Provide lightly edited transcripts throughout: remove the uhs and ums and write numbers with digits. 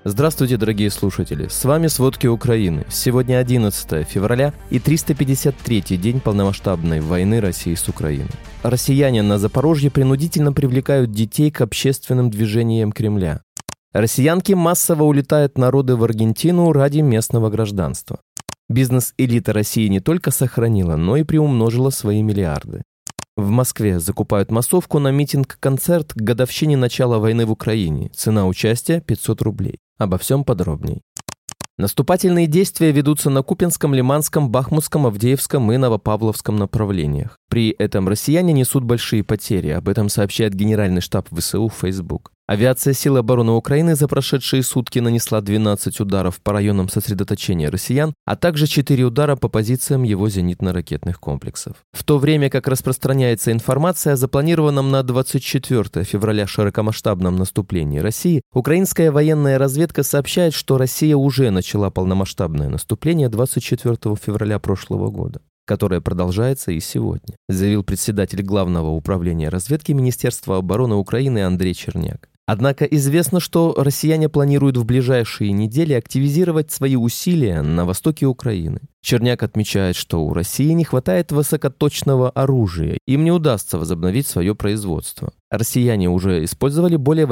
Здравствуйте, дорогие слушатели! С вами «Сводки Украины». Сегодня 11 февраля и 353-й день полномасштабной войны России с Украиной. Россияне на Запорожье принудительно привлекают детей к общественным движениям Кремля. Россиянки массово улетают народы в Аргентину ради местного гражданства. Бизнес-элита России не только сохранила, но и приумножила свои миллиарды. В Москве закупают массовку на митинг-концерт к годовщине начала войны в Украине. Цена участия – 500 рублей. Обо всем подробней. Наступательные действия ведутся на Купянском, Лиманском, Бахмутском, Авдеевском и Новопавловском направлениях. При этом россияне несут большие потери. Об этом сообщает Генеральный штаб ВСУ в Facebook. Авиация сил обороны Украины за прошедшие сутки нанесла 12 ударов по районам сосредоточения россиян, а также 4 удара по позициям его зенитно-ракетных комплексов. В то время как распространяется информация о запланированном на 24 февраля широкомасштабном наступлении России, украинская военная разведка сообщает, что Россия уже начала полномасштабное наступление 24 февраля прошлого года, которое продолжается и сегодня, заявил председатель Главного управления разведки Министерства обороны Украины Андрей Черняк. Однако известно, что россияне планируют в ближайшие недели активизировать свои усилия на востоке Украины. Черняк отмечает, что у России не хватает высокоточного оружия, им не удастся возобновить свое производство. Россияне уже использовали более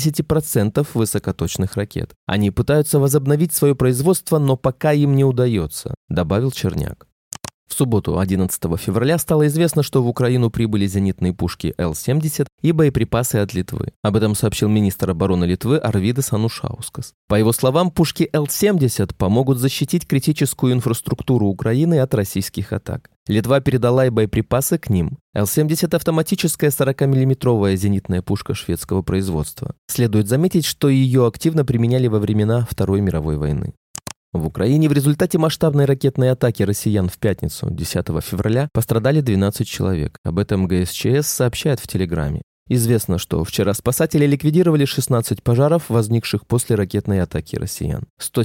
80% высокоточных ракет. Они пытаются возобновить свое производство, но пока им не удается, добавил Черняк. В субботу, 11 февраля, стало известно, что в Украину прибыли зенитные пушки Л-70 и боеприпасы от Литвы. Об этом сообщил министр обороны Литвы Арвидас Анушаускас. По его словам, пушки Л-70 помогут защитить критическую инфраструктуру Украины от российских атак. Литва передала и боеприпасы к ним. Л-70 – автоматическая 40-мм зенитная пушка шведского производства. Следует заметить, что ее активно применяли во времена Второй мировой войны. В Украине в результате масштабной ракетной атаки россиян в пятницу, 10 февраля, пострадали 12 человек. Об этом ГСЧС сообщает в Телеграме. Известно, что вчера спасатели ликвидировали 16 пожаров, возникших после ракетной атаки россиян.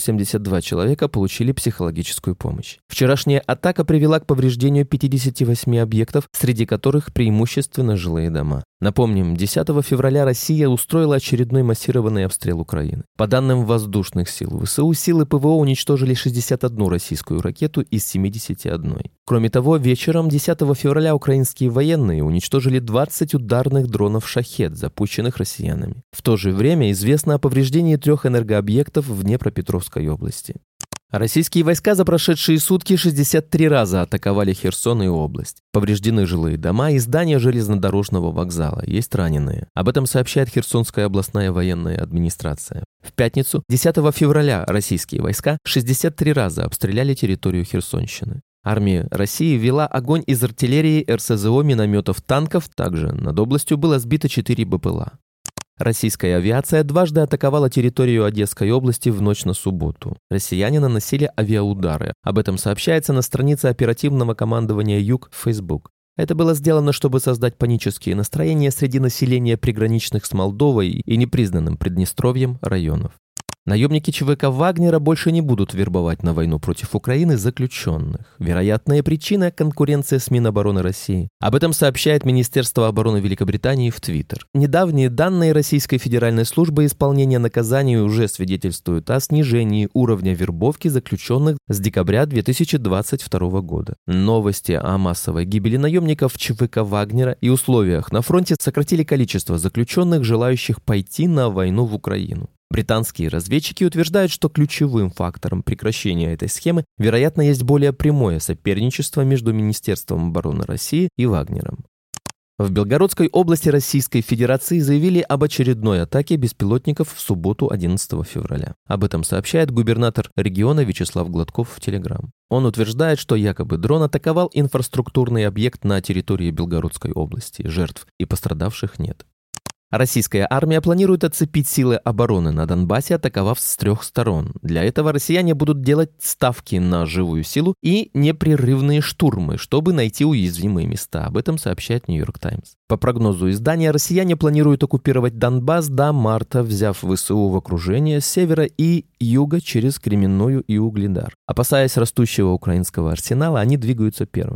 172 человека получили психологическую помощь. Вчерашняя атака привела к повреждению 58 объектов, среди которых преимущественно жилые дома. Напомним, 10 февраля Россия устроила очередной массированный обстрел Украины. По данным воздушных сил ВСУ, силы ПВО уничтожили 61 российскую ракету из 71. Кроме того, вечером 10 февраля украинские военные уничтожили 20 ударных дронов «Шахед», запущенных россиянами. В то же время известно о повреждении 3 энергообъектов в Днепропетровской области. Российские войска за прошедшие сутки 63 раза атаковали Херсон и область. Повреждены жилые дома и здания железнодорожного вокзала. Есть раненые. Об этом сообщает Херсонская областная военная администрация. В пятницу, 10 февраля, российские войска 63 раза обстреляли территорию Херсонщины. Армия России вела огонь из артиллерии, РСЗО, минометов, танков. Также над областью было сбито 4 БПЛА. Российская авиация дважды атаковала территорию Одесской области в ночь на субботу. Россияне наносили авиаудары. Об этом сообщается на странице оперативного командования «Юг» в Facebook. Это было сделано, чтобы создать панические настроения среди населения приграничных с Молдовой и непризнанным Приднестровьем районов. Наемники ЧВК Вагнера больше не будут вербовать на войну против Украины заключенных. Вероятная причина – конкуренция с Минобороны России. Об этом сообщает Министерство обороны Великобритании в Твиттер. Недавние данные Российской Федеральной службы исполнения наказаний уже свидетельствуют о снижении уровня вербовки заключенных с декабря 2022 года. Новости о массовой гибели наемников ЧВК Вагнера и условиях на фронте сократили количество заключенных, желающих пойти на войну в Украину. Британские разведчики утверждают, что ключевым фактором прекращения этой схемы, вероятно, есть более прямое соперничество между Министерством обороны России и Вагнером. В Белгородской области Российской Федерации заявили об очередной атаке беспилотников в субботу 11 февраля. Об этом сообщает губернатор региона Вячеслав Гладков в Телеграм. Он утверждает, что якобы дрон атаковал инфраструктурный объект на территории Белгородской области. Жертв и пострадавших нет. Российская армия планирует отцепить силы обороны на Донбассе, атаковав с 3 сторон. Для этого россияне будут делать ставки на живую силу и непрерывные штурмы, чтобы найти уязвимые места. Об этом сообщает Нью-Йорк Таймс. По прогнозу издания, россияне планируют оккупировать Донбасс до марта, взяв ВСУ в окружение с севера и юга через Кременную и Угледар. Опасаясь растущего украинского арсенала, они двигаются первыми.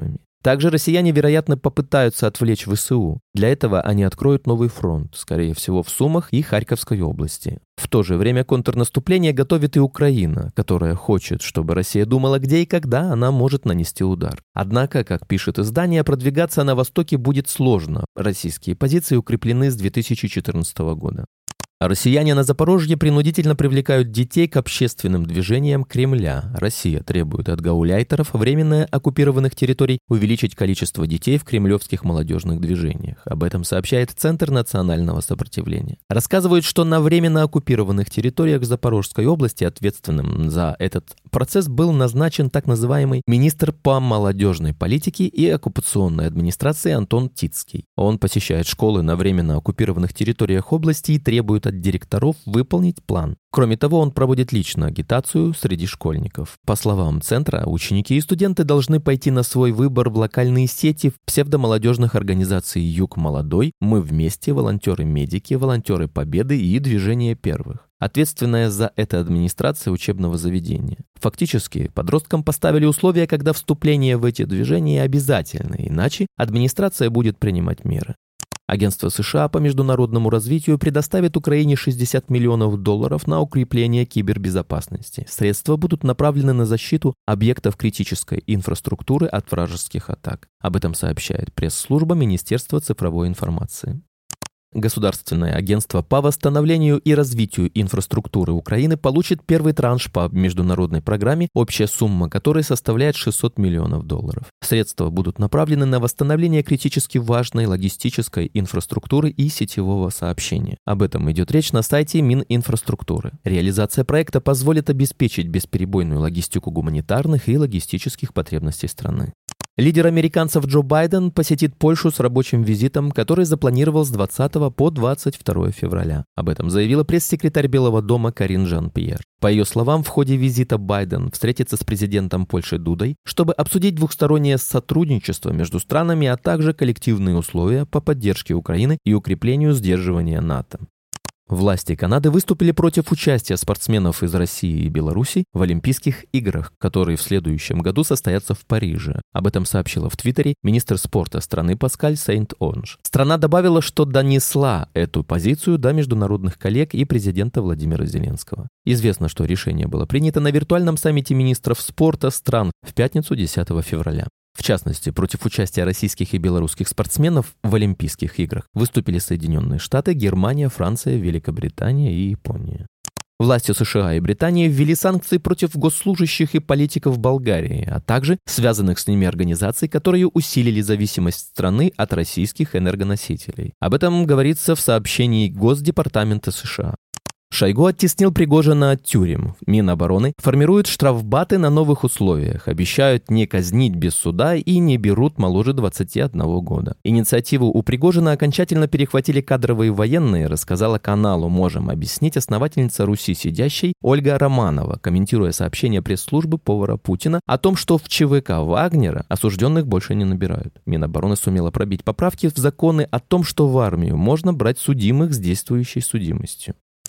Также россияне, вероятно, попытаются отвлечь ВСУ. Для этого они откроют новый фронт, скорее всего, в Сумах и Харьковской области. В то же время контрнаступление готовит и Украина, которая хочет, чтобы Россия думала, где и когда она может нанести удар. Однако, как пишет издание, продвигаться на востоке будет сложно. Российские позиции укреплены с 2014 года. Россияне на Запорожье принудительно привлекают детей к общественным движениям Кремля. Россия требует от гауляйтеров временно оккупированных территорий увеличить количество детей в кремлевских молодежных движениях. Об этом сообщает Центр национального сопротивления. Рассказывают, что на временно оккупированных территориях Запорожской области ответственным за этот процесс был назначен так называемый министр по молодежной политике и оккупационной администрации Антон Тицкий. Он посещает школы на временно оккупированных территориях области и требует от директоров выполнить план. Кроме того, он проводит лично агитацию среди школьников. По словам Центра, ученики и студенты должны пойти на свой выбор в локальные сети псевдомолодежных организаций «Юг молодой», «Мы вместе», «Волонтеры-медики», «Волонтеры Победы» и «Движение первых». Ответственная за это администрация учебного заведения. Фактически, подросткам поставили условия, когда вступление в эти движения обязательно, иначе администрация будет принимать меры. Агентство США по международному развитию предоставит Украине $60 миллионов на укрепление кибербезопасности. Средства будут направлены на защиту объектов критической инфраструктуры от вражеских атак. Об этом сообщает пресс-служба Министерства цифровой информации. Государственное агентство по восстановлению и развитию инфраструктуры Украины получит первый транш по международной программе, общая сумма которой составляет $600 миллионов. Средства будут направлены на восстановление критически важной логистической инфраструктуры и сетевого сообщения. Об этом идет речь на сайте Мининфраструктуры. Реализация проекта позволит обеспечить бесперебойную логистику гуманитарных и логистических потребностей страны. Лидер американцев Джо Байден посетит Польшу с рабочим визитом, который запланировал с 20 по 22 февраля. Об этом заявила пресс-секретарь Белого дома Карин Жан-Пьер. По ее словам, в ходе визита Байден встретится с президентом Польши Дудой, чтобы обсудить двухстороннее сотрудничество между странами, а также коллективные условия по поддержке Украины и укреплению сдерживания НАТО. Власти Канады выступили против участия спортсменов из России и Беларуси в Олимпийских играх, которые в следующем году состоятся в Париже. Об этом сообщила в Твиттере министр спорта страны Паскаль Сент-Онж. Страна добавила, что донесла эту позицию до международных коллег и президента Владимира Зеленского. Известно, что решение было принято на виртуальном саммите министров спорта стран в пятницу 10 февраля. В частности, против участия российских и белорусских спортсменов в Олимпийских играх выступили Соединенные Штаты, Германия, Франция, Великобритания и Япония. Власти США и Британии ввели санкции против госслужащих и политиков Болгарии, а также связанных с ними организаций, которые усилили зависимость страны от российских энергоносителей. Об этом говорится в сообщении Госдепартамента США. Шойгу оттеснил Пригожина от тюрем. Минобороны формируют штрафбаты на новых условиях, обещают не казнить без суда и не берут моложе 21 года. Инициативу у Пригожина окончательно перехватили кадровые военные, рассказала каналу «Можем объяснить» основательница Руси сидящей Ольга Романова, комментируя сообщение пресс-службы повара Путина о том, что в ЧВК Вагнера осужденных больше не набирают. Минобороны сумела пробить поправки в законы о том, что в армию можно брать судимых с действующей судимостью.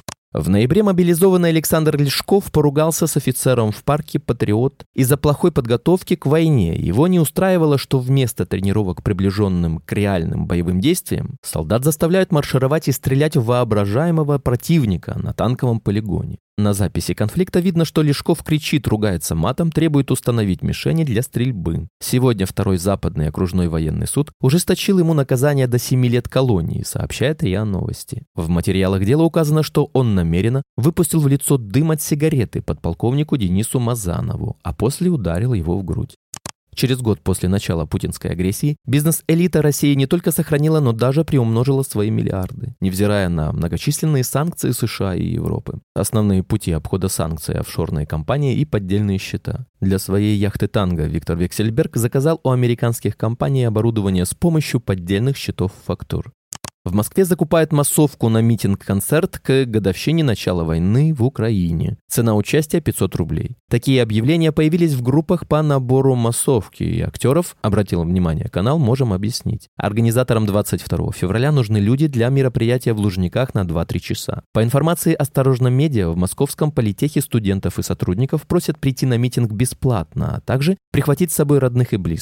В ноябре мобилизованный Александр Лешков поругался с офицером в парке «Патриот» из-за плохой подготовки к войне. Его не устраивало, что вместо тренировок, приближенным к реальным боевым действиям, солдат заставляют маршировать и стрелять в воображаемого противника на танковом полигоне. На записи конфликта видно, что Лешков кричит, ругается матом, требует установить мишени для стрельбы. Сегодня второй западный окружной военный суд ужесточил ему наказание до 7 лет колонии, сообщает РИА Новости. В материалах дела указано, что он намеренно выпустил в лицо дым от сигареты подполковнику Денису Мазанову, а после ударил его в грудь. Через год после начала путинской агрессии бизнес-элита России не только сохранила, но даже приумножила свои миллиарды, невзирая на многочисленные санкции США и Европы. Основные пути обхода санкций – офшорные компании и поддельные счета. Для своей яхты «Танго» Виктор Вексельберг заказал у американских компаний оборудование с помощью поддельных счетов фактур. В Москве закупают массовку на митинг-концерт к годовщине начала войны в Украине. Цена участия 500 рублей. Такие объявления появились в группах по набору массовки и актеров, обратил внимание канал «Можем объяснить». Организаторам 22 февраля нужны люди для мероприятия в Лужниках на 2-3 часа. По информации «Осторожно медиа», в Московском политехе студентов и сотрудников просят прийти на митинг бесплатно, а также прихватить с собой родных и близких. В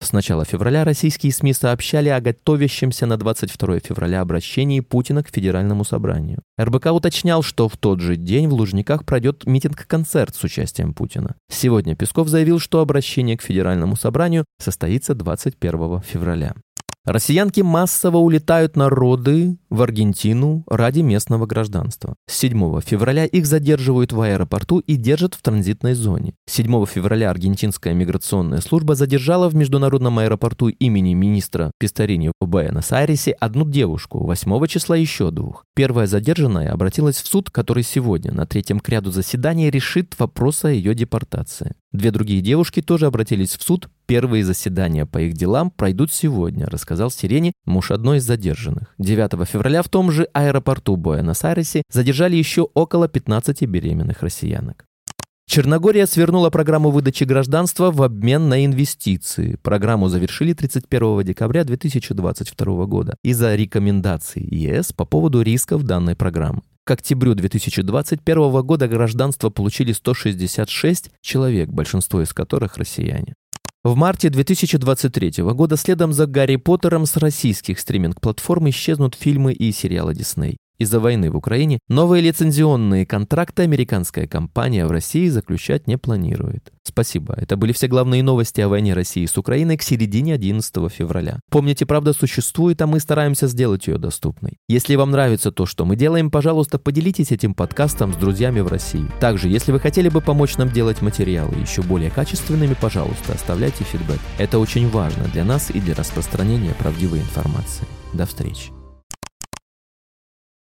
С начала февраля российские СМИ сообщали о готовящемся на 22 февраля обращении Путина к Федеральному собранию. РБК уточнял, что в тот же день в Лужниках пройдет митинг-концерт с участием Путина. Сегодня Песков заявил, что обращение к Федеральному собранию состоится 21 февраля. Россиянки массово улетают на роды в Аргентину ради местного гражданства. С 7 февраля их задерживают в аэропорту и держат в транзитной зоне. 7 февраля аргентинская миграционная служба задержала в международном аэропорту имени министра Писторини в Буэнос-Айресе одну девушку, 8 числа еще 2. Первая задержанная обратилась в суд, который сегодня на 3-м к ряду заседания решит вопрос о ее депортации. 2 другие девушки тоже обратились в суд. Первые заседания по их делам пройдут сегодня, рассказал Сирени, муж одной из задержанных. 9 февраля в том же аэропорту Буэнос-Айресе задержали еще около 15 беременных россиянок. Черногория свернула программу выдачи гражданства в обмен на инвестиции. Программу завершили 31 декабря 2022 года из-за рекомендаций ЕС по поводу рисков данной программы. К октябрю 2021 года гражданство получили 166 человек, большинство из которых россияне. В марте 2023 года следом за Гарри Поттером с российских стриминг-платформ исчезнут фильмы и сериалы Дисней. Из-за войны в Украине новые лицензионные контракты американская компания в России заключать не планирует. Спасибо. Это были все главные новости о войне России с Украиной к середине 11 февраля. Помните, правда существует, а мы стараемся сделать ее доступной. Если вам нравится то, что мы делаем, пожалуйста, поделитесь этим подкастом с друзьями в России. Также, если вы хотели бы помочь нам делать материалы еще более качественными, пожалуйста, оставляйте фидбэк. Это очень важно для нас и для распространения правдивой информации. До встречи.